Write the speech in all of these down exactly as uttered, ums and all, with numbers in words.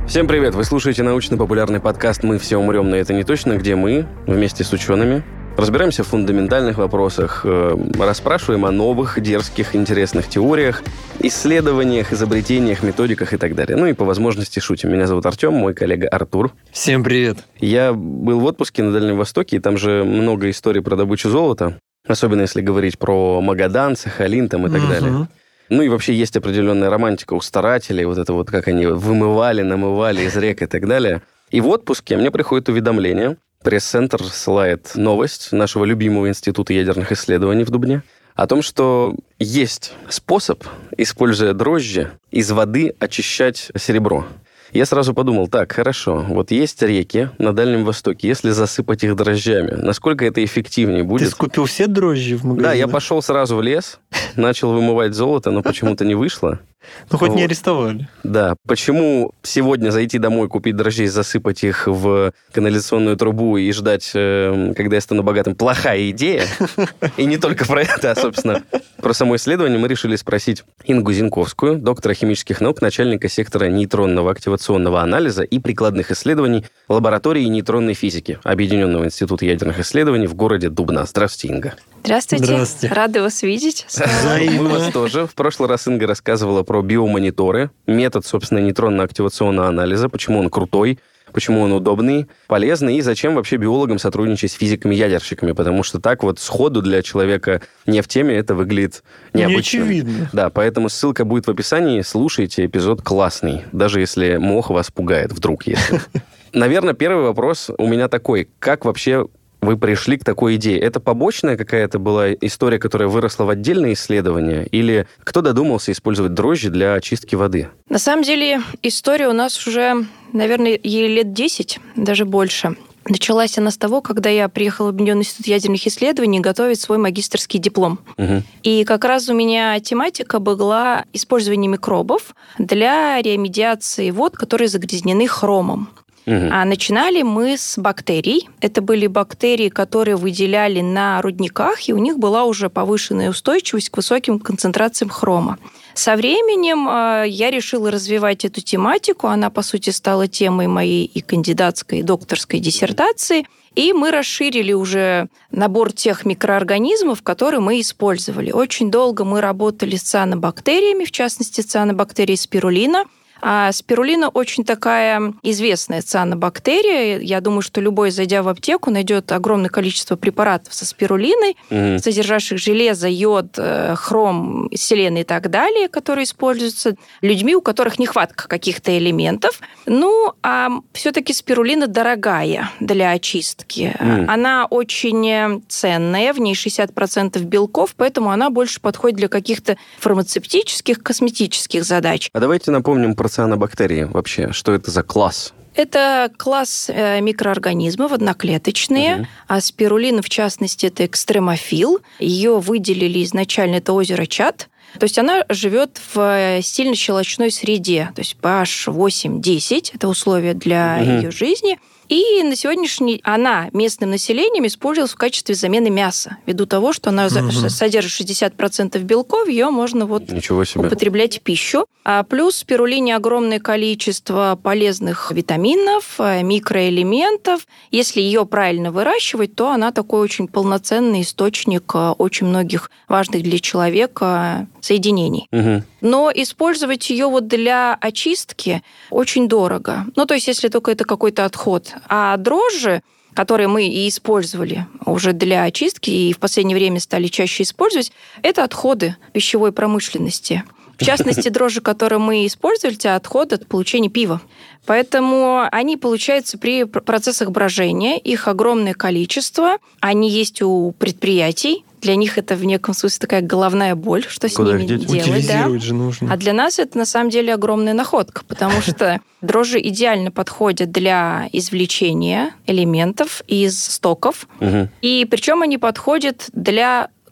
Всем привет! Вы слушаете научно-популярный подкаст «Мы все умрем, но это не точно», где мы, вместе с учеными, разбираемся в фундаментальных вопросах, расспрашиваем о новых, дерзких, интересных теориях, исследованиях, изобретениях, методиках и так далее. Ну и по возможности шутим. Меня зовут Артем, мой коллега Артур. Всем привет! Я был в отпуске на Дальнем Востоке, и там же много историй про добычу золота, особенно если говорить про Магадан, Сахалин там, и так угу. далее. Ну и вообще есть определенная романтика у старателей, вот это вот, как они вымывали, намывали из рек и так далее. И в отпуске мне приходит уведомление. Пресс-центр ссылает новость нашего любимого Института ядерных исследований в Дубне о том, что есть способ, используя дрожжи, из воды очищать серебро. Я сразу подумал, так, хорошо, вот есть реки на Дальнем Востоке, если засыпать их дрожжами, насколько это эффективнее будет? Ты скупил все дрожжи в магазине? Да, я пошел сразу в лес, начал вымывать золото, но почему-то не вышло. Ну, хоть вот. Не арестовали. Да. Почему сегодня зайти домой, купить дрожжей, засыпать их в канализационную трубу и ждать, когда я стану богатым, плохая идея? И не только про это, а, собственно, про само исследование мы решили спросить Ингу Зинковскую, доктора химических наук, начальника сектора нейтронного активационного анализа и прикладных исследований лаборатории нейтронной физики Объединенного института ядерных исследований в городе Дубна. Здравствуйте, Инга. Здравствуйте. Здравствуйте. Рады вас видеть. Мы вас тоже. В прошлый раз Инга рассказывала про биомониторы, метод, собственно, нейтронно-активационного анализа, почему он крутой, почему он удобный, полезный, и зачем вообще биологам сотрудничать с физиками-ядерщиками, потому что так вот сходу для человека не в теме это выглядит необычно. Не очевидно. Да, поэтому ссылка будет в описании. Слушайте, эпизод классный, даже если мох вас пугает, вдруг если. Наверное, первый вопрос у меня такой. Как вообще вы пришли к такой идее? Это побочная какая-то была история, которая выросла в отдельное исследование? Или кто додумался использовать дрожжи для очистки воды? На самом деле история у нас уже, наверное, ей лет десять, даже больше. Началась она с того, когда я приехала в Объединенный институт ядерных исследований готовить свой магистерский диплом. Угу. И как раз у меня тематика была использование микробов для ремедиации вод, которые загрязнены хромом. Uh-huh. А начинали мы с бактерий. Это были бактерии, которые выделяли на рудниках, и у них была уже повышенная устойчивость к высоким концентрациям хрома. Со временем я решила развивать эту тематику. Она, по сути, стала темой моей и кандидатской, и докторской диссертации. И мы расширили уже набор тех микроорганизмов, которые мы использовали. Очень долго мы работали с цианобактериями, в частности, цианобактерией спирулина. А спирулина очень такая известная цианобактерия. Я думаю, что любой, зайдя в аптеку, найдет огромное количество препаратов со спирулиной, mm-hmm. содержащих железо, йод, хром, селен и так далее, которые используются людьми, у которых нехватка каких-то элементов. Ну, а все-таки спирулина дорогая для очистки. Mm. Она очень ценная, в ней шестьдесят процентов белков, поэтому она больше подходит для каких-то фармацевтических, косметических задач. А давайте напомним про цианобактерии вообще. Что это за класс? Это класс микроорганизмов одноклеточные, угу. а спирулина, в частности, это экстремофил. Ее выделили изначально, это озеро Чад. То есть она живет в сильно щелочной среде, то есть pH восемь-десять, это условия для угу. ее жизни. И на сегодняшний день она местным населением использовалась в качестве замены мяса, ввиду того, что она угу. содержит шестьдесят процентов белков, ее можно вот употреблять в пищу. А плюс в спирулине огромное количество полезных витаминов, микроэлементов. Если ее правильно выращивать, то она такой очень полноценный источник очень многих важных для человека соединений. Угу. Но использовать ее вот для очистки очень дорого. Ну, то есть, если только это какой-то отход. А дрожжи, которые мы и использовали уже для очистки, и в последнее время стали чаще использовать, это отходы пищевой промышленности. В частности, дрожжи, которые мы использовали, это отходы от получения пива. Поэтому они получаются при процессах брожения, их огромное количество, они есть у предприятий. Для них это в неком смысле такая головная боль, что Куда с ними делать. Утилизировать да? же нужно. А для нас это на самом деле огромная находка, потому что дрожжи идеально подходят для извлечения элементов из стоков. И причем они подходят для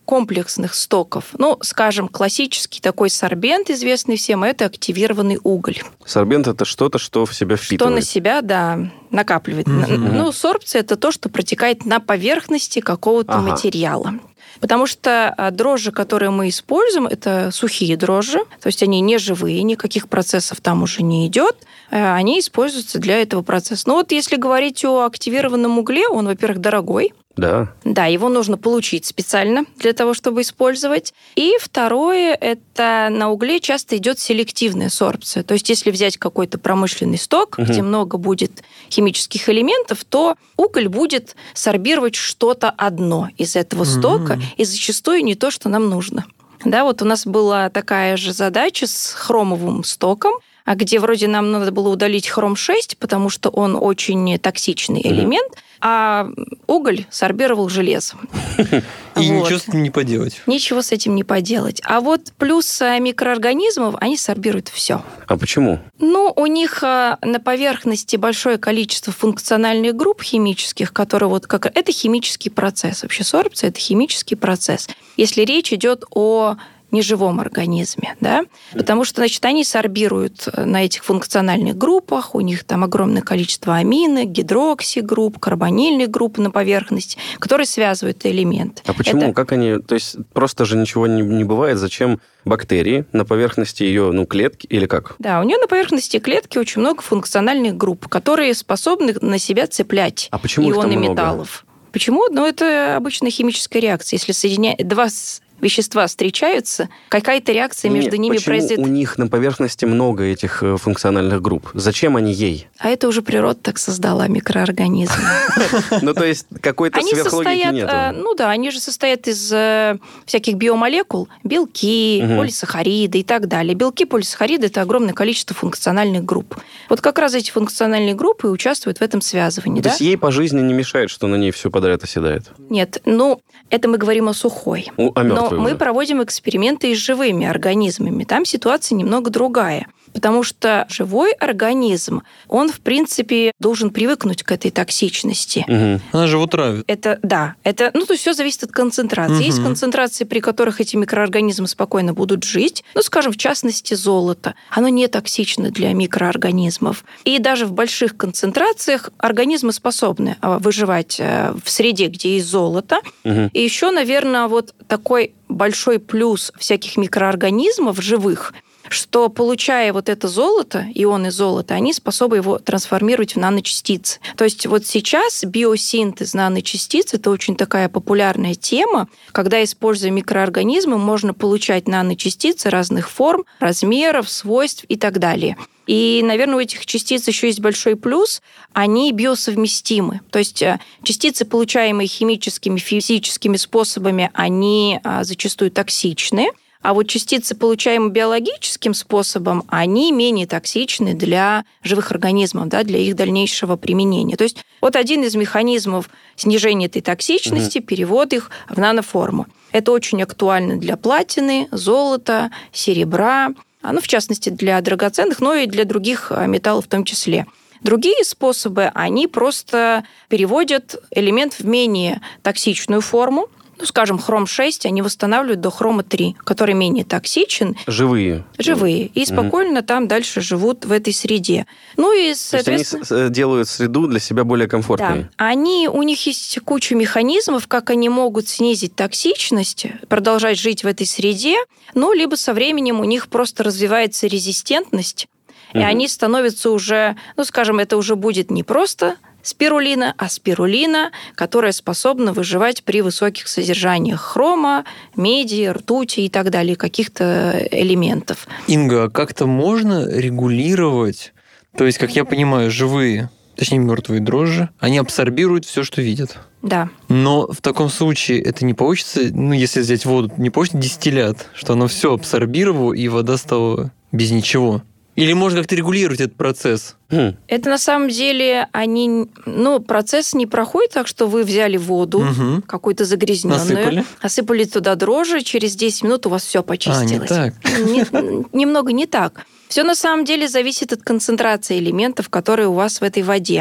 комплексных стоков. Ну, скажем, классический такой сорбент, известный всем, это активированный уголь. Сорбент – это что-то, что в себя впитывает. Что на себя, да, накапливает. Mm-hmm. Ну, сорбция – это то, что протекает на поверхности какого-то ага. материала. Потому что дрожжи, которые мы используем, это сухие дрожжи, то есть они не живые, никаких процессов там уже не идет, они используются для этого процесса. Но вот если говорить о активированном угле, он, во-первых, дорогой. Да. Да, его нужно получить специально для того, чтобы использовать. И второе, это на угле часто идет селективная сорбция. То есть если взять какой-то промышленный сток, угу. где много будет химических элементов, то уголь будет сорбировать что-то одно из этого угу. стока, и зачастую не то, что нам нужно. Да, вот у нас была такая же задача с хромовым стоком, где вроде нам надо было удалить хром шесть, потому что он очень токсичный mm-hmm. элемент, а уголь сорбировал железо. И вот. Ничего с этим не поделать. Ничего с этим не поделать. А вот плюс микроорганизмов, они сорбируют все. А почему? Ну, у них на поверхности большое количество функциональных групп химических, которые вот как... Это химический процесс. Вообще сорбция – это химический процесс. Если речь идет о неживом организме, да, потому что, значит, они сорбируют на этих функциональных группах, у них там огромное количество аминных, гидроксигрупп, карбонильных групп на поверхности, которые связывают элементы. А почему? Это... Как они... То есть просто же ничего не, не бывает, зачем бактерии на поверхности ее, ну, клетки или как? Да, у нее на поверхности клетки очень много функциональных групп, которые способны на себя цеплять а почему ионы их там металлов. Много? Почему? Ну, это обычная химическая реакция. Если соединяют два вещества встречаются, какая-то реакция между Нет, ними почему произойдет. У них на поверхности много этих функциональных групп. Зачем они ей? А это уже природа так создала микроорганизмы. Ну, то есть какой-то сверхлогики нет. Ну да, они же состоят из всяких биомолекул, белки, полисахариды и так далее. Белки, полисахариды – это огромное количество функциональных групп. Вот как раз эти функциональные группы участвуют в этом связывании. То есть ей по жизни не мешает, что на ней все подряд оседает? Нет, ну, это мы говорим о сухой. О мертвой. Но мы проводим эксперименты и с живыми организмами. Там ситуация немного другая. Потому что живой организм, он, в принципе, должен привыкнуть к этой токсичности. Угу. Она же его травит. Это, да. Это, ну, то есть все зависит от концентрации. Угу. Есть концентрации, при которых эти микроорганизмы спокойно будут жить. Ну, скажем, в частности, золото. Оно не токсично для микроорганизмов. И даже в больших концентрациях организмы способны выживать в среде, где есть золото. Угу. И еще, наверное, вот такой большой плюс всяких микроорганизмов живых, что, получая вот это золото, ионы золота, они способны его трансформировать в наночастицы. То есть вот сейчас биосинтез наночастиц – это очень такая популярная тема, когда, используя микроорганизмы, можно получать наночастицы разных форм, размеров, свойств и так далее. И, наверное, у этих частиц еще есть большой плюс – они биосовместимы. То есть частицы, получаемые химическими, физическими способами, они зачастую токсичны. А вот частицы, получаемые биологическим способом, они менее токсичны для живых организмов, да, для их дальнейшего применения. То есть вот один из механизмов снижения этой токсичности – перевод их в наноформу. Это очень актуально для платины, золота, серебра, ну, в частности, для драгоценных, но и для других металлов в том числе. Другие способы, они просто переводят элемент в менее токсичную форму. Ну, скажем, хром шесть они восстанавливают до хрома три, который менее токсичен. Живые. Живые. И спокойно mm-hmm. там дальше живут в этой среде. Ну и, соответственно... То есть они делают среду для себя более комфортной. Да. Они, у них есть куча механизмов, как они могут снизить токсичность, продолжать жить в этой среде, ну, либо со временем у них просто развивается резистентность, mm-hmm. и они становятся уже, ну, скажем, это уже будет не просто спирулина, а спирулина, которая способна выживать при высоких содержаниях хрома, меди, ртути и так далее, каких-то элементов. Инга, а как-то можно регулировать, то есть, как я понимаю, живые, точнее, мертвые дрожжи, они абсорбируют все, что видят? Да. Но в таком случае это не получится, ну, если взять воду, не получится дистиллят, что оно все абсорбировало, и вода стала без ничего? Или можно как-то регулировать этот процесс? Хм. Это на самом деле они, ну, процесс не проходит так, что вы взяли воду, угу. какую-то загрязненную, насыпали. осыпали туда дрожжи, через десять минут у вас все почистилось. А, не так. Не, немного не так. Все на самом деле зависит от концентрации элементов, которые у вас в этой воде.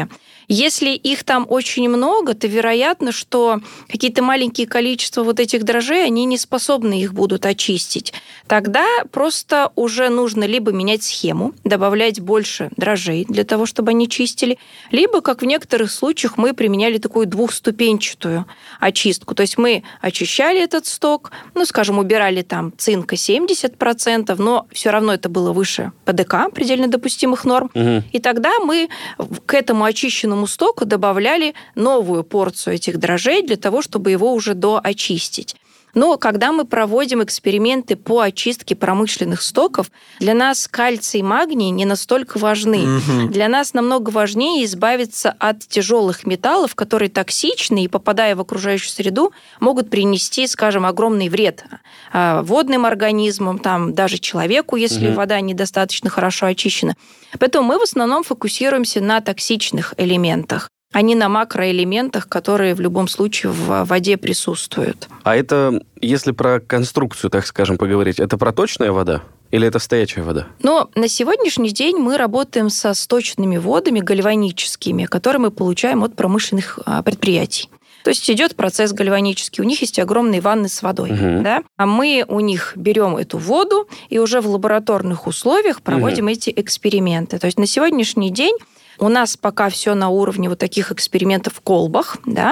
Если их там очень много, то вероятно, что какие-то маленькие количества вот этих дрожжей, они не способны их будут очистить. Тогда просто уже нужно либо менять схему, добавлять больше дрожжей для того, чтобы они чистили, либо, как в некоторых случаях, мы применяли такую двухступенчатую очистку. То есть мы очищали этот сток, ну, скажем, убирали там цинка семьдесят процентов, но все равно это было выше ПДК, предельно допустимых норм. Угу. И тогда мы к этому очищенному стоку добавляли новую порцию этих дрожжей для того, чтобы его уже доочистить. Но когда мы проводим эксперименты по очистке промышленных стоков, для нас кальций и магний не настолько важны. Угу. Для нас намного важнее избавиться от тяжелых металлов, которые токсичны и, попадая в окружающую среду, могут принести, скажем, огромный вред водным организмам, там, даже человеку, если угу. вода недостаточно хорошо очищена. Поэтому мы в основном фокусируемся на токсичных элементах, а не на макроэлементах, которые в любом случае в воде присутствуют. А это, если про конструкцию, так скажем, поговорить, это проточная вода или это стоячая вода? Но на сегодняшний день мы работаем со сточными водами гальваническими, которые мы получаем от промышленных предприятий. То есть идет процесс гальванический, у них есть огромные ванны с водой. Угу. Да? А мы у них берем эту воду и уже в лабораторных условиях проводим угу. эти эксперименты. То есть на сегодняшний день у нас пока все на уровне вот таких экспериментов в колбах, да,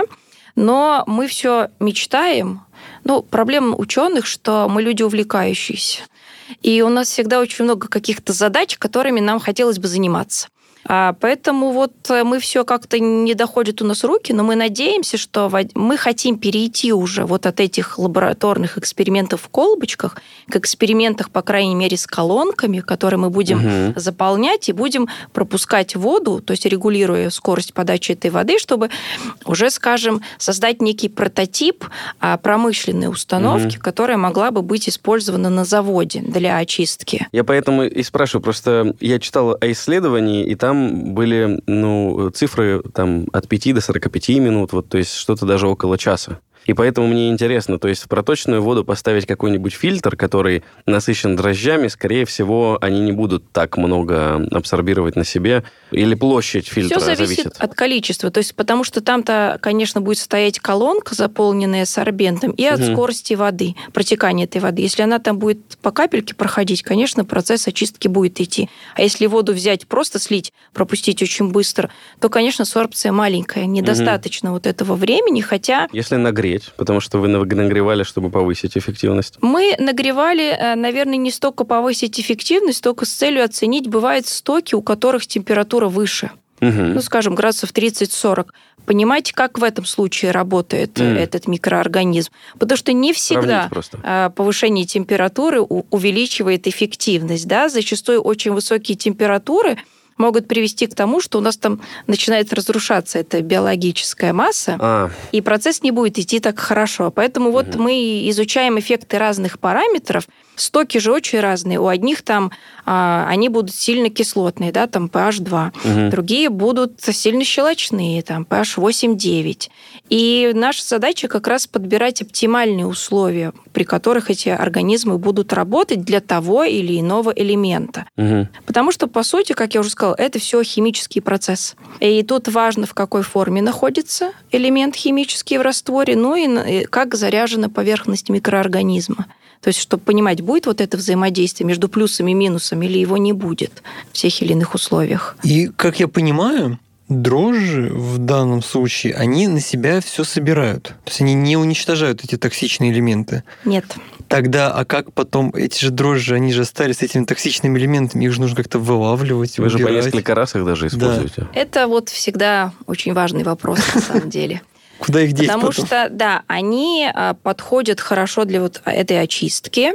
но мы все мечтаем. Ну, проблема ученых, что мы люди увлекающиеся. И у нас всегда очень много каких-то задач, которыми нам хотелось бы заниматься. А поэтому вот мы все как-то не доходит у нас руки, но мы надеемся, что мы хотим перейти уже вот от этих лабораторных экспериментов в колбочках к экспериментам, по крайней мере, с колонками, которые мы будем угу. заполнять и будем пропускать воду, то есть регулируя скорость подачи этой воды, чтобы уже, скажем, создать некий прототип промышленной установки, угу. которая могла бы быть использована на заводе для очистки. Я поэтому и спрашиваю, просто я читал о исследовании, и там были ну, цифры там, от пяти до сорока пяти минут, вот, то есть что-то даже около часа. И поэтому мне интересно, то есть в проточную воду поставить какой-нибудь фильтр, который насыщен дрожжами, скорее всего, они не будут так много абсорбировать на себе, или площадь фильтра зависит. Все зависит от количества, то есть потому что там-то, конечно, будет стоять колонка, заполненная сорбентом, и от угу. скорости воды, протекания этой воды. Если она там будет по капельке проходить, конечно, процесс очистки будет идти. А если воду взять, просто слить, пропустить очень быстро, то, конечно, сорбция маленькая, недостаточно угу. вот этого времени, хотя... Если нагреть, потому что вы нагревали, чтобы повысить эффективность? Мы нагревали, наверное, не столько повысить эффективность, столько с целью оценить. Бывают стоки, у которых температура выше. Угу. Ну, скажем, градусов тридцать-сорок. Понимаете, как в этом случае работает mm. этот микроорганизм? Потому что не всегда повышение температуры увеличивает эффективность. Да? Зачастую очень высокие температуры могут привести к тому, что у нас там начинает разрушаться эта биологическая масса, а. и процесс не будет идти так хорошо. Поэтому угу. вот мы изучаем эффекты разных параметров. Стоки же очень разные. У одних там а, они будут сильно кислотные, да, там пэ аш два. Угу. Другие будут сильно щелочные, там пэ аш восемь-девять. И наша задача как раз подбирать оптимальные условия, при которых эти организмы будут работать для того или иного элемента. Угу. Потому что, по сути, как я уже сказала, это все химический процесс. И тут важно, в какой форме находится элемент химический в растворе, ну и как заряжена поверхность микроорганизма. То есть, чтобы понимать, будет вот это взаимодействие между плюсами и минусами, или его не будет в тех или иных условиях. И, как я понимаю, дрожжи в данном случае, они на себя все собирают. То есть они не уничтожают эти токсичные элементы. Нет. Тогда, а как потом эти же дрожжи, они же остались с этими токсичными элементами, их же нужно как-то вылавливать, Вы убирать. же по несколько раз их даже используете. Да. Это вот всегда очень важный вопрос, на самом деле. Куда их деть Потому потом? что, да, они подходят хорошо для вот этой очистки.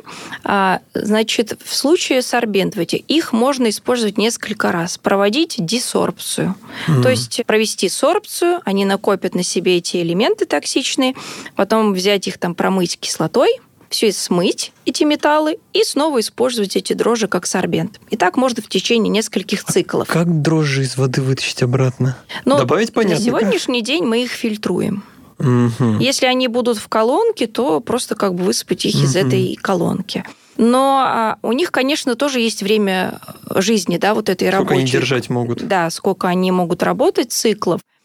Значит, в случае сорбентов их можно использовать несколько раз. Проводить десорбцию. Mm. То есть провести сорбцию, они накопят на себе эти элементы токсичные, потом взять их там, промыть кислотой, все это смыть, эти металлы, и снова использовать эти дрожжи как сорбент. И так можно в течение нескольких циклов. А как дрожжи из воды вытащить обратно? Но Добавить, понятно. На сегодняшний день мы их фильтруем. Угу. Если они будут в колонке, то просто как бы высыпать их угу. из этой колонки. Но а, у них, конечно, тоже есть время жизни, да, вот этой рабочей. Сколько они держать могут. Да, сколько они могут работать, циклов.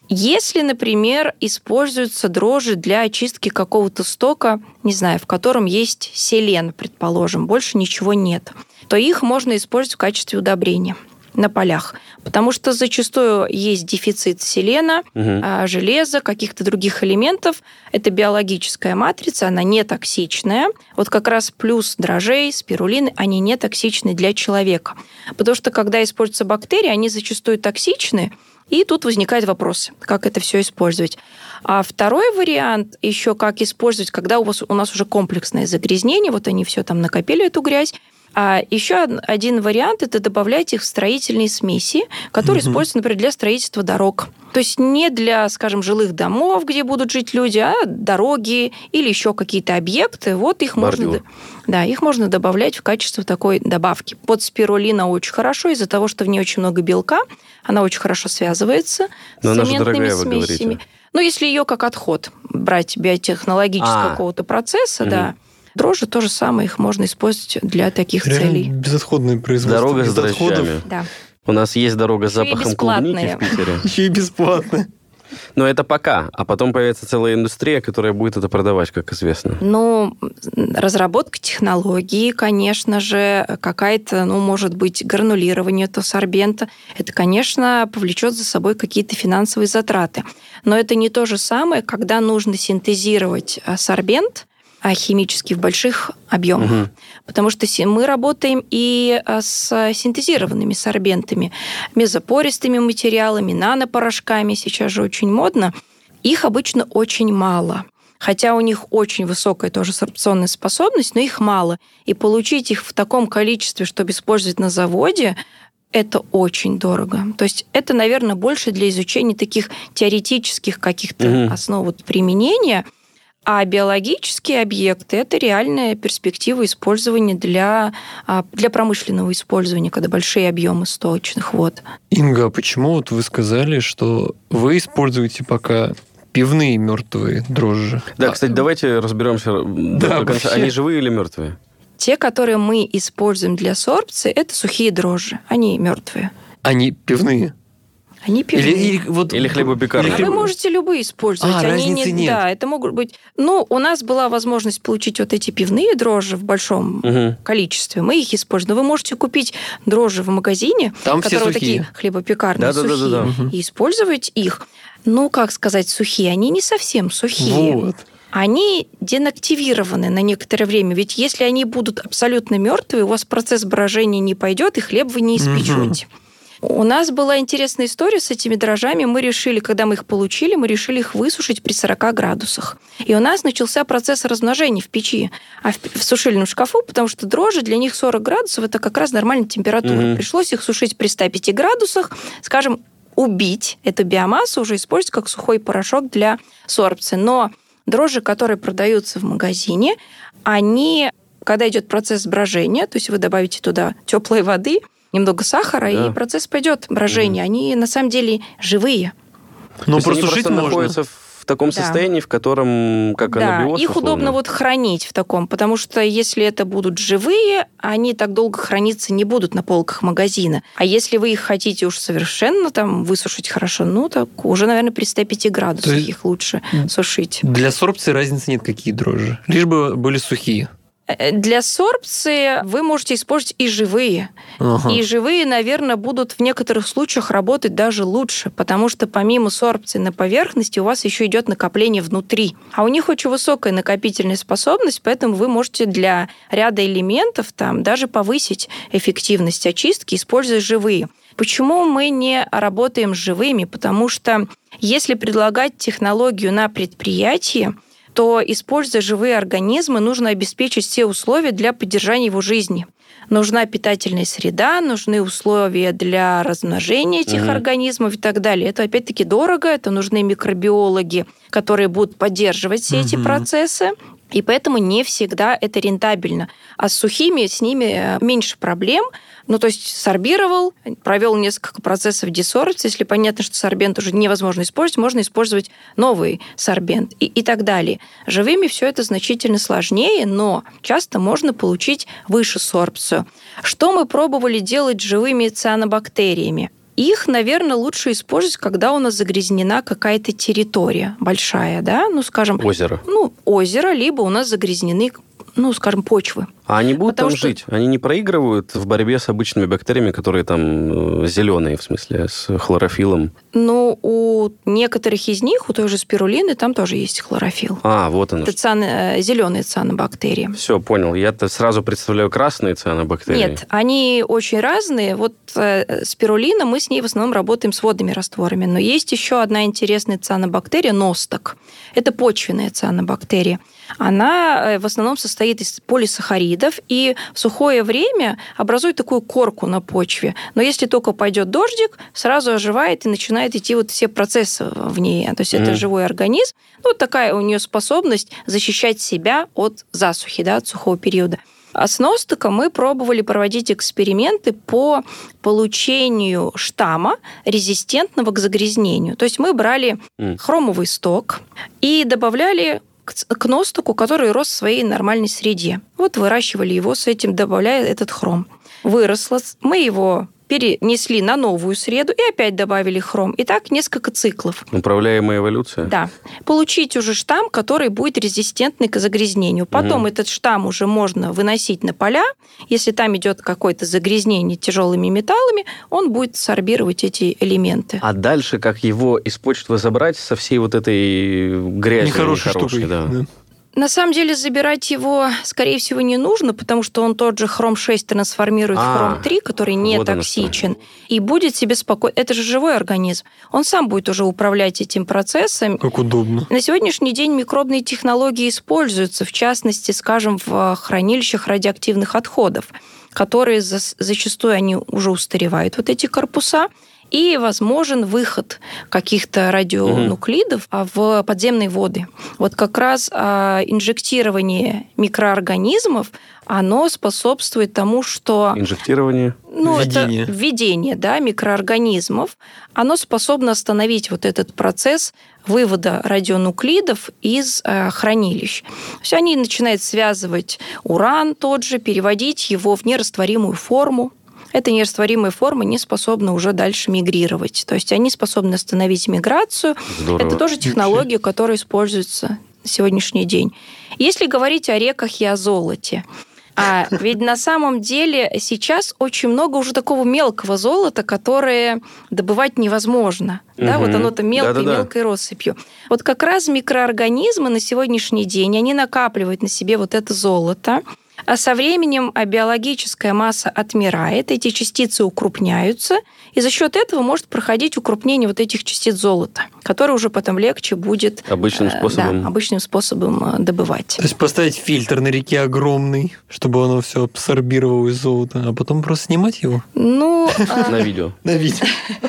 Если, например, используются дрожжи для очистки какого-то стока, не знаю, в котором есть селен, предположим, больше ничего нет, то их можно использовать в качестве удобрения на полях. Потому что зачастую есть дефицит селена, угу. железа, каких-то других элементов. Это биологическая матрица, она не токсичная. Вот как раз плюс дрожжей, спирулины, они не токсичны для человека. Потому что когда используются бактерии, они зачастую токсичны, и тут возникает вопрос, как это все использовать. А второй вариант еще как использовать, когда у вас у нас уже комплексное загрязнение, вот они все там накопили эту грязь. А еще один вариант – это добавлять их в строительные смеси, которые угу. используются, например, для строительства дорог. То есть не для, скажем, жилых домов, где будут жить люди, а дороги или еще какие-то объекты. Вот их можно, да, их можно добавлять в качестве такой добавки. Под спирулина очень хорошо из-за того, что в ней очень много белка, она очень хорошо связывается Но с она цементными же дорогая, смесями. Ну, если ее как отход брать биотехнологического а. какого-то процесса, угу. да. Дрожжи то же самое, их можно использовать для таких Реально целей. Безотходное производство. Дорога без с дрожжами. Да. У нас есть дорога с Еще запахом клубники в Питере. Еще и бесплатно. Но это пока. А потом появится целая индустрия, которая будет это продавать, как известно. Ну, разработка технологии, конечно же, какая-то, ну, может быть, гранулирование этого сорбента. Это, конечно, повлечет за собой какие-то финансовые затраты. Но это не то же самое, когда нужно синтезировать сорбент химически в больших объемах. Угу. Потому что мы работаем и с синтезированными сорбентами, мезопористыми материалами, нанопорошками, сейчас же очень модно. Их обычно очень мало. Хотя у них очень высокая тоже сорбционная способность, но их мало. И получить их в таком количестве, чтобы использовать на заводе, это очень дорого. То есть это, наверное, больше для изучения таких теоретических каких-то угу. основ применения. А биологические объекты – это реальная перспектива использования для, для промышленного использования, когда большие объемы сточных вод. Инга, а почему вот вы сказали, что вы используете пока пивные мертвые дрожжи? Да, кстати, давайте разберемся да, до конца. Они живые или мертвые? Те, которые мы используем для сорбции, это сухие дрожжи. Они мертвые. Они пивные? Они пивные. Или, или, вот, или хлебопекарные. Вы можете любые использовать. А, Они разницы не, нет. Да, это могут быть... Ну, у нас была возможность получить вот эти пивные дрожжи в большом угу. количестве. Мы их используем. Но вы можете купить дрожжи в магазине, там которые вот такие хлебопекарные, да, сухие, да, да, да, да. и использовать их. Ну, как сказать, сухие? Они не совсем сухие. Вот. Они денактивированы на некоторое время. Ведь если они будут абсолютно мертвые, у вас процесс брожения не пойдет, и хлеб вы не испечете. Угу. У нас была интересная история с этими дрожжами. Мы решили, когда мы их получили, мы решили их высушить при сорока градусах. И у нас начался процесс размножения в печи, а в сушильном шкафу, потому что дрожжи, для них сорок градусов – это как раз нормальная температура. Mm-hmm. Пришлось их сушить при ста пяти градусах, скажем, убить эту биомассу, уже использовать как сухой порошок для сорбции. Но дрожжи, которые продаются в магазине, они, когда идет процесс брожения, то есть вы добавите туда теплой воды, немного сахара, да. и процесс пойдет брожения. Mm-hmm. Они на самом деле живые. Но просушить они можно. Находятся в таком да. состоянии, в котором как да. анабиоз. Их условно. удобно вот хранить в таком, потому что если это будут живые, они так долго храниться не будут на полках магазина. А если вы их хотите уж совершенно там высушить хорошо, ну так уже, наверное, при ста пяти градусах есть... их лучше сушить. Для сорбции разницы нет, какие дрожжи. Лишь бы были сухие. Для сорбции вы можете использовать и живые. Ага. И живые, наверное, будут в некоторых случаях работать даже лучше, потому что помимо сорбции на поверхности у вас еще идет накопление внутри. А у них очень высокая накопительная способность, поэтому вы можете для ряда элементов там даже повысить эффективность очистки, используя живые. Почему мы не работаем с живыми? Потому что если предлагать технологию на предприятии, то, используя живые организмы, нужно обеспечить все условия для поддержания его жизни. Нужна питательная среда, нужны условия для размножения этих угу. организмов и так далее. Это, опять-таки, дорого, это нужны микробиологи, которые будут поддерживать все угу. эти процессы, и поэтому не всегда это рентабельно. А с сухими, с ними меньше проблем. Ну, то есть сорбировал, провел несколько процессов десорбции. Если понятно, что сорбент уже невозможно использовать, можно использовать новый сорбент и, и так далее. Живыми все это значительно сложнее, но часто можно получить выше сорбцию. Что мы пробовали делать с живыми цианобактериями? Их, наверное, лучше использовать, когда у нас загрязнена какая-то территория большая, да, ну, скажем... Озеро. Ну, озеро, либо у нас загрязнены, ну, скажем, почвы. А они будут Потому там что... жить? Они не проигрывают в борьбе с обычными бактериями, которые там зеленые, в смысле, с хлорофилом? Ну, у некоторых из них, у той же спирулины, там тоже есть хлорофилл. А, вот оно. Это циано... зеленые цианобактерии. Все, понял. Я-то сразу представляю красные цианобактерии. Нет, они очень разные. Вот э, спирулина, мы с ней в основном работаем с водными растворами. Но есть еще одна интересная цианобактерия, носток. Это почвенная цианобактерия. Она в основном состоит из полисахаридов и в сухое время образует такую корку на почве. Но если только пойдет дождик, сразу оживает и начинает идти вот все процессы в ней. То есть mm. это живой организм. Вот такая у нее способность защищать себя от засухи, да, от сухого периода. А с ностоком мы пробовали проводить эксперименты по получению штамма, резистентного к загрязнению. То есть мы брали mm. хромовый сток и добавляли к ностоку, который рос в своей нормальной среде. Вот выращивали его с этим, добавляя этот хром. Выросло, мы его перенесли на новую среду и опять добавили хром. И так несколько циклов. Управляемая эволюция? Да. Получить уже штамм, который будет резистентный к загрязнению. Потом угу. этот штамм уже можно выносить на поля. Если там идет какое-то загрязнение тяжелыми металлами, он будет сорбировать эти элементы. А дальше как его из почвы забрать со всей вот этой грязью? Нехорошей штукой. Да. Да. На самом деле забирать его, скорее всего, не нужно, потому что он тот же хром шесть трансформирует а, в хром три, который не вот токсичен, и будет себе спокойно. Это же живой организм. Он сам будет уже управлять этим процессом. Как удобно. На сегодняшний день микробные технологии используются, в частности, скажем, в хранилищах радиоактивных отходов, которые зачастую они уже устаревают, вот эти корпуса, и возможен выход каких-то радионуклидов угу. в подземные воды. Вот как раз инжектирование микроорганизмов, оно способствует тому, что... Инжектирование? Ну, введение. Это введение, да, микроорганизмов. Оно способно остановить вот этот процесс вывода радионуклидов из э, хранилищ. То есть они начинают связывать уран тот же, переводить его в нерастворимую форму. Эта нерастворимая форма не способна уже дальше мигрировать. То есть они способны остановить миграцию. Здорово. Это тоже технология, которая используется на сегодняшний день. Если говорить о реках и о золоте, а ведь на самом деле сейчас очень много уже такого мелкого золота, которое добывать невозможно. Угу. Да, вот оно там мелкой-мелкой россыпью. Вот как раз микроорганизмы на сегодняшний день, они накапливают на себе вот это золото, а со временем биологическая масса отмирает, эти частицы укрупняются, и за счет этого может проходить укрупнение вот этих частиц золота, которые уже потом легче будет обычным способом, да, обычным способом добывать. То есть поставить фильтр на реке огромный, чтобы оно все абсорбировало из золота, а потом просто снимать его? Ну... На видео. На видео.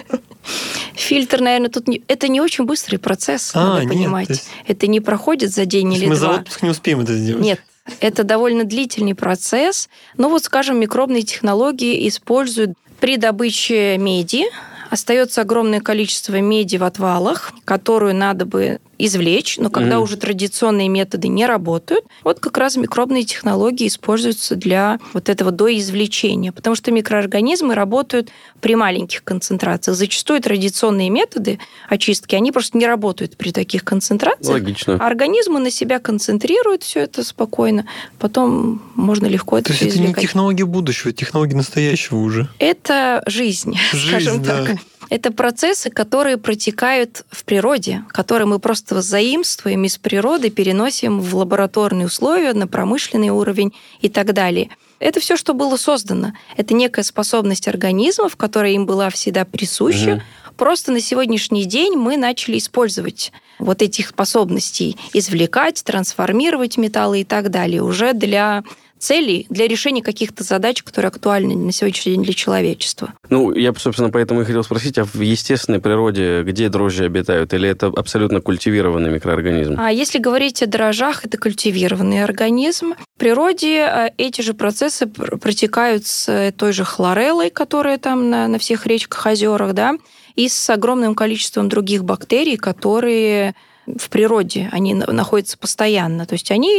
Фильтр, наверное, тут не... это не очень быстрый процесс, а, надо нет, понимать. Есть... Это не проходит за день или мы два. Мы за отпуск не успеем это сделать. Нет. Это довольно длительный процесс. Но вот, скажем, микробные технологии используют при добыче меди. Остается огромное количество меди в отвалах, которую надо бы извлечь, но когда mm-hmm. уже традиционные методы не работают, вот как раз микробные технологии используются для вот этого доизвлечения, потому что микроорганизмы работают при маленьких концентрациях. Зачастую традиционные методы очистки, они просто не работают при таких концентрациях. Логично. А организмы на себя концентрируют все это спокойно, потом можно легко это извлекать. То есть это не технологии будущего, это технологии настоящего уже. Это жизнь, жизнь скажем да. так. Это процессы, которые протекают в природе, которые мы просто заимствуем из природы, переносим в лабораторные условия, на промышленный уровень и так далее. Это все, что было создано. Это некая способность организмов, которая им была всегда присуща. Угу. Просто на сегодняшний день мы начали использовать вот этих способностей, извлекать, трансформировать металлы и так далее уже для целей, для решения каких-то задач, которые актуальны на сегодняшний день для человечества. Ну, я, собственно, поэтому и хотел спросить, а в естественной природе где дрожжи обитают? Или это абсолютно культивированный микроорганизм? А если говорить о дрожжах, это культивированный организм. В природе эти же процессы протекают с той же хлореллой, которая там на, на всех речках, озерах, да, и с огромным количеством других бактерий, которые в природе, они находятся постоянно. То есть они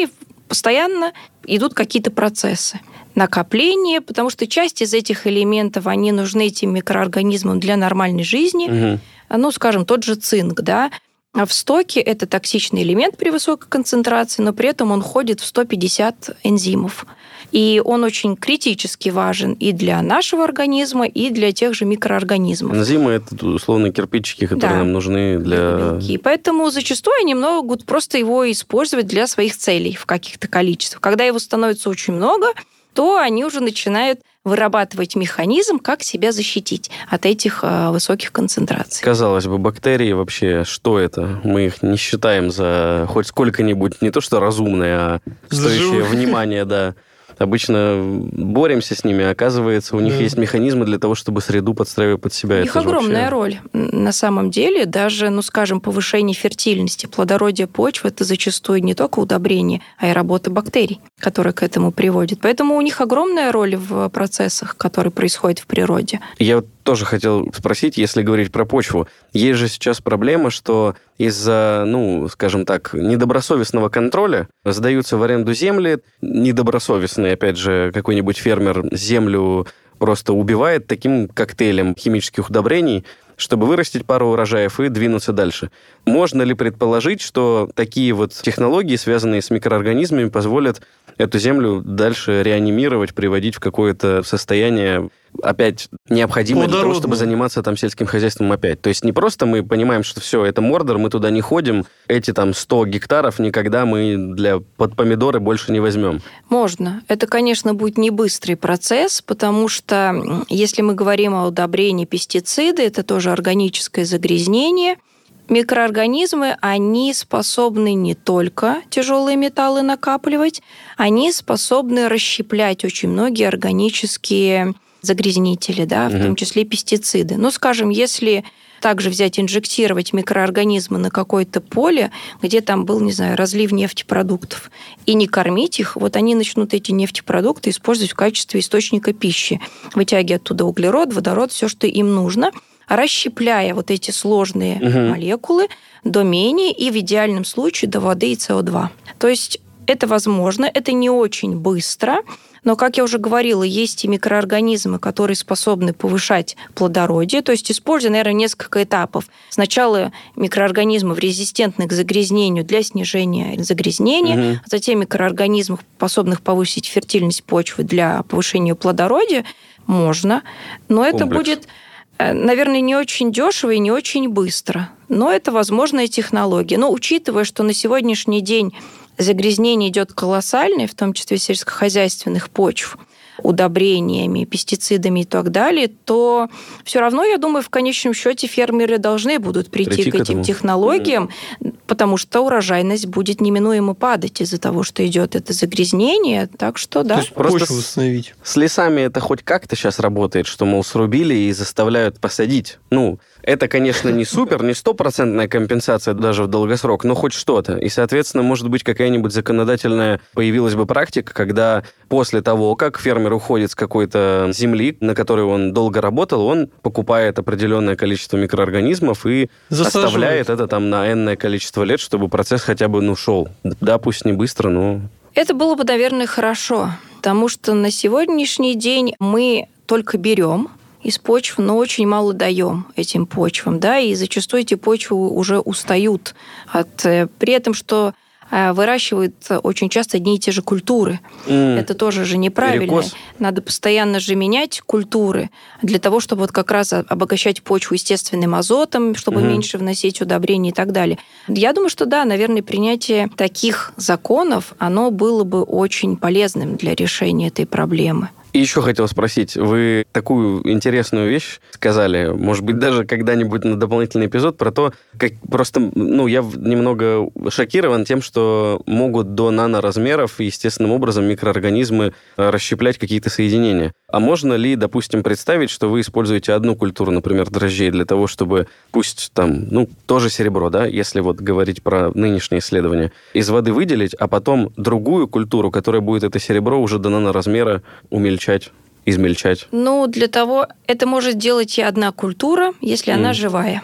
постоянно идут какие-то процессы. Накопление, потому что часть из этих элементов, они нужны этим микроорганизмам для нормальной жизни. Угу. Ну, скажем, тот же цинк, да. А в стоке это токсичный элемент при высокой концентрации, но при этом он входит в сто пятьдесят энзимов. И он очень критически важен и для нашего организма, и для тех же микроорганизмов. Энзимы – это, условно, кирпичики, которые да. нам нужны для... белки. Поэтому зачастую они могут просто его использовать для своих целей в каких-то количествах. Когда его становится очень много, то они уже начинают вырабатывать механизм, как себя защитить от этих э, высоких концентраций. Казалось бы, бактерии вообще, что это? Мы их не считаем за хоть сколько-нибудь, не то что разумное, а стоящее внимания, да. Обычно боремся с ними, оказывается, у них да. есть механизмы для того, чтобы среду подстраивать под себя. У них огромная вообще... роль. На самом деле, даже, ну, скажем, повышение фертильности, плодородия почвы, это зачастую не только удобрение, а и работа бактерий, которые к этому приводят. Поэтому у них огромная роль в процессах, которые происходят в природе. Я вот тоже хотел спросить, если говорить про почву. Есть же сейчас проблема, что из-за, ну, скажем так, недобросовестного контроля сдаются в аренду земли. Недобросовестный, опять же, какой-нибудь фермер землю просто убивает таким коктейлем химических удобрений, чтобы вырастить пару урожаев и двинуться дальше. Можно ли предположить, что такие вот технологии, связанные с микроорганизмами, позволят эту землю дальше реанимировать, приводить в какое-то состояние, опять, необходимое для того, чтобы заниматься там сельским хозяйством опять? То есть не просто мы понимаем, что все, это Мордор, мы туда не ходим, эти там сто гектаров никогда мы для под помидоры больше не возьмем. Можно. Это, конечно, будет не быстрый процесс, потому что если мы говорим о удобрении пестициды, это тоже органическое загрязнение. Микроорганизмы, они способны не только тяжелые металлы накапливать, они способны расщеплять очень многие органические загрязнители, да, в mm-hmm. том числе пестициды. Ну, скажем, если также взять, инжектировать микроорганизмы на какое-то поле, где там был, не знаю, разлив нефтепродуктов, и не кормить их, вот они начнут эти нефтепродукты использовать в качестве источника пищи, вытягивая оттуда углерод, водород, все, что им нужно, расщепляя вот эти сложные угу. молекулы до менее и в идеальном случае до воды и эс о два. То есть это возможно, это не очень быстро, но, как я уже говорила, есть и микроорганизмы, которые способны повышать плодородие, то есть используя, наверное, несколько этапов. Сначала микроорганизмы резистентны к загрязнению для снижения загрязнения, угу. затем микроорганизмов, способных повысить фертильность почвы для повышения плодородия, можно, но это Комплекс. будет... наверное, не очень дешево и не очень быстро. Но это возможная технология. Но учитывая, что на сегодняшний день загрязнение идет колоссальное, в том числе сельскохозяйственных почв, удобрениями, пестицидами и так далее, то все равно, я думаю, в конечном счете фермеры должны будут прийти, прийти к, к этим технологиям, mm-hmm. потому что урожайность будет неминуемо падать из-за того, что идет это загрязнение. Так что, да. То есть просто почву восстановить. С лесами это хоть как-то сейчас работает, что, мол, срубили и заставляют посадить. Ну, это, конечно, не супер, не стопроцентная компенсация даже в долгосрок, но хоть что-то. И, соответственно, может быть, какая-нибудь законодательная появилась бы практика, когда после того, как фермер уходит с какой-то земли, на которой он долго работал, он покупает определенное количество микроорганизмов и засаживает. Оставляет это там на энное количество лет, чтобы процесс хотя бы, ну, шел. Да, пусть не быстро, но... Это было бы, наверное, хорошо, потому что на сегодняшний день мы только берем из почв, но очень мало даем этим почвам, да, и зачастую эти почвы уже устают от... При этом, что выращивают очень часто одни и те же культуры. Mm. Это тоже же неправильно. Перекос. Надо постоянно же менять культуры для того, чтобы вот как раз обогащать почву естественным азотом, чтобы mm-hmm. меньше вносить удобрений и так далее. Я думаю, что да, наверное, принятие таких законов, оно было бы очень полезным для решения этой проблемы. И еще хотел спросить, вы такую интересную вещь сказали, может быть, даже когда-нибудь на дополнительный эпизод, про то, как просто, ну, я немного шокирован тем, что могут до наноразмеров естественным образом микроорганизмы расщеплять какие-то соединения. А можно ли, допустим, представить, что вы используете одну культуру, например, дрожжей, для того, чтобы, пусть там, ну, тоже серебро, да, если вот говорить про нынешние исследования, из воды выделить, а потом другую культуру, которая будет это серебро уже до наноразмера умельчать, измельчать? Ну, для того, это может делать и одна культура, если mm. она живая.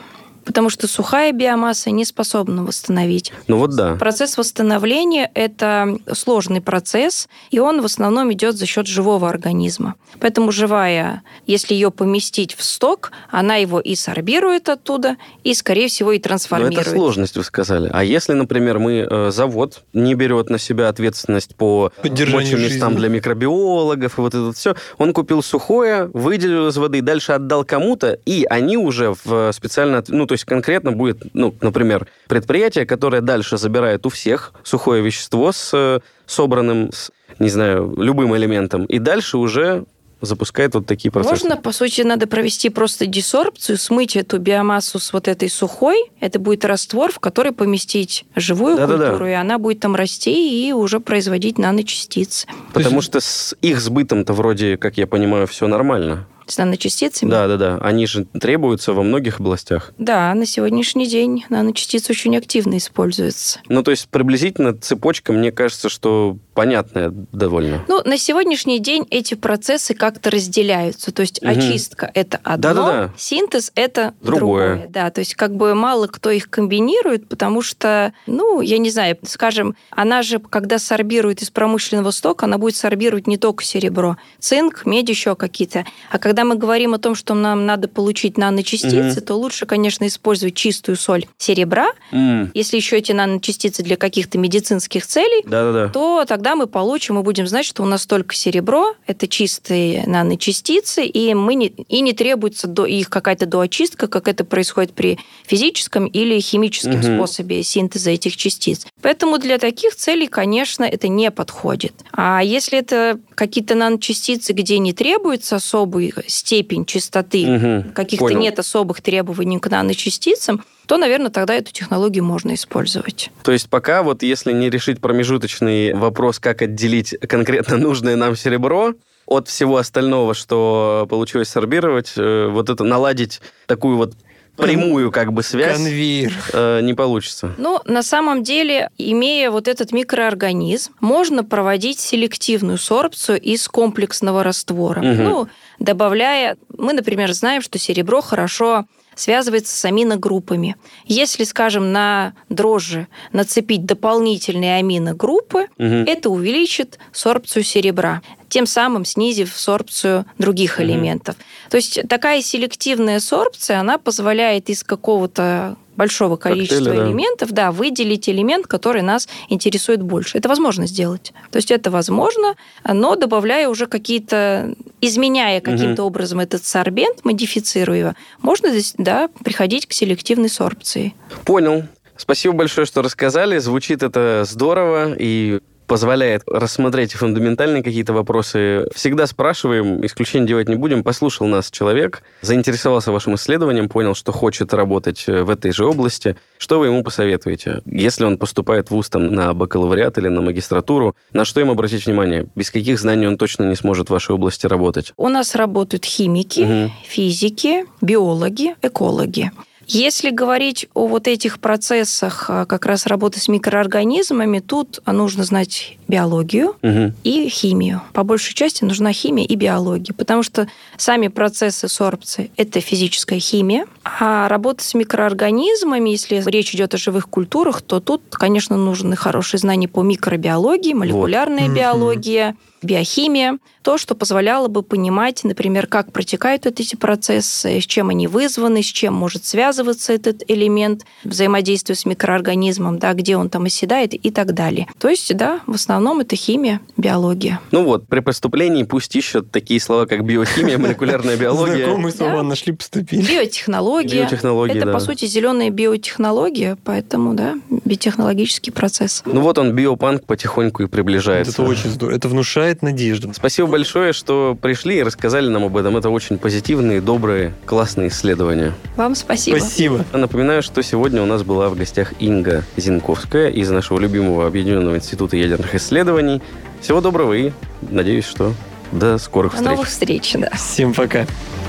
потому что сухая биомасса не способна восстановить. Ну вот да. Процесс восстановления – это сложный процесс, и он в основном идет за счет живого организма. Поэтому живая, если ее поместить в сток, она его и сорбирует оттуда, и, скорее всего, и трансформирует. Но это сложность, вы сказали. А если, например, мы э, завод не берет на себя ответственность по рабочим местам для микробиологов, и вот это все, он купил сухое, выделил из воды, дальше отдал кому-то, и они уже в специально, ну, то есть конкретно будет, ну, например, предприятие, которое дальше забирает у всех сухое вещество с собранным, с, не знаю, любым элементом, и дальше уже запускает вот такие процессы. Можно, по сути, надо провести просто десорбцию, смыть эту биомассу с вот этой сухой. Это будет раствор, в который поместить живую Да-да-да. культуру, и она будет там расти и уже производить наночастицы. Потому что с их сбытом-то вроде, как я понимаю, все нормально. С наночастицами? Да-да-да. Они же требуются во многих областях. Да, на сегодняшний день наночастицы очень активно используются. Ну, то есть приблизительно цепочка, мне кажется, что понятная довольно. Ну, на сегодняшний день эти процессы как-то разделяются. То есть угу. очистка – это одно, Да-да-да. синтез – это другое. другое. Да, то есть как бы мало кто их комбинирует, потому что, ну, я не знаю, скажем, она же, когда сорбирует из промышленного стока, она будет сорбировать не только серебро, цинк, медь, еще какие-то. А когда мы говорим о том, что нам надо получить наночастицы, угу. то лучше, конечно, использовать чистую соль серебра. Mm. Если еще эти наночастицы для каких-то медицинских целей, Да-да-да. то тогда мы получим и будем знать, что у нас только серебро, это чистые наночастицы, и, мы не, и не требуется до, их какая-то доочистка, как это происходит при физическом или химическом угу. способе синтеза этих частиц. Поэтому для таких целей, конечно, это не подходит. А если это какие-то наночастицы, где не требуется особой степень чистоты, угу. каких-то Понял. Нет особых требований к наночастицам, то, наверное, тогда эту технологию можно использовать. То есть пока вот если не решить промежуточный вопрос, как отделить конкретно нужное нам серебро от всего остального, что получилось сорбировать, вот это наладить такую вот прямую как бы связь Конвейер. Э, не получится. Ну, на самом деле, имея вот этот микроорганизм, можно проводить селективную сорбцию из комплексного раствора. Угу. Ну, добавляя... Мы, например, знаем, что серебро хорошо связывается с аминогруппами. Если, скажем, на дрожжи нацепить дополнительные аминогруппы, угу. это увеличит сорбцию серебра, тем самым снизив сорбцию других угу. элементов. То есть такая селективная сорбция, она позволяет из какого-то большого количества Коктейли, элементов, да. да, выделить элемент, который нас интересует больше. Это возможно сделать. То есть это возможно, но добавляя уже какие-то, изменяя каким-то угу. образом этот сорбент, модифицируя его, можно здесь, да, приходить к селективной сорбции. Понял. Спасибо большое, что рассказали. Звучит это здорово и позволяет рассмотреть фундаментальные какие-то вопросы. Всегда спрашиваем, исключения делать не будем. Послушал нас человек, заинтересовался вашим исследованием, понял, что хочет работать в этой же области. Что вы ему посоветуете? Если он поступает в вуз там, на бакалавриат или на магистратуру, на что им обратить внимание? Без каких знаний он точно не сможет в вашей области работать? У нас работают химики, угу. физики, биологи, экологи. Если говорить о вот этих процессах как раз работы с микроорганизмами, тут нужно знать биологию угу. и химию. По большей части нужна химия и биология, потому что сами процессы сорбции – это физическая химия, а работа с микроорганизмами, если речь идет о живых культурах, то тут, конечно, нужны хорошие знания по микробиологии, молекулярная вот. биология, биохимия, то, что позволяло бы понимать, например, как протекают вот эти процессы, с чем они вызваны, с чем может связываться этот элемент взаимодействия с микроорганизмом, да, где он там оседает и так далее. То есть, да, в основном это химия, биология. Ну вот, при поступлении пусть ищут такие слова, как биохимия, молекулярная биология. Знакомые слова нашли, поступили. Биотехнология. Биотехнология, это, да. по сути, зеленая биотехнология, поэтому, да, биотехнологический процесс. Ну вот он, биопанк, потихоньку и приближается. Это очень здорово. Это внушает надежду. Спасибо большое, что пришли и рассказали нам об этом. Это очень позитивные, добрые, классные исследования. Вам спасибо. Спасибо. Напоминаю, что сегодня у нас была в гостях Инга Зинковская из нашего любимого Объединенного института ядерных исследований. Всего доброго и надеюсь, что до скорых до встреч. До новых встреч, да. Всем пока.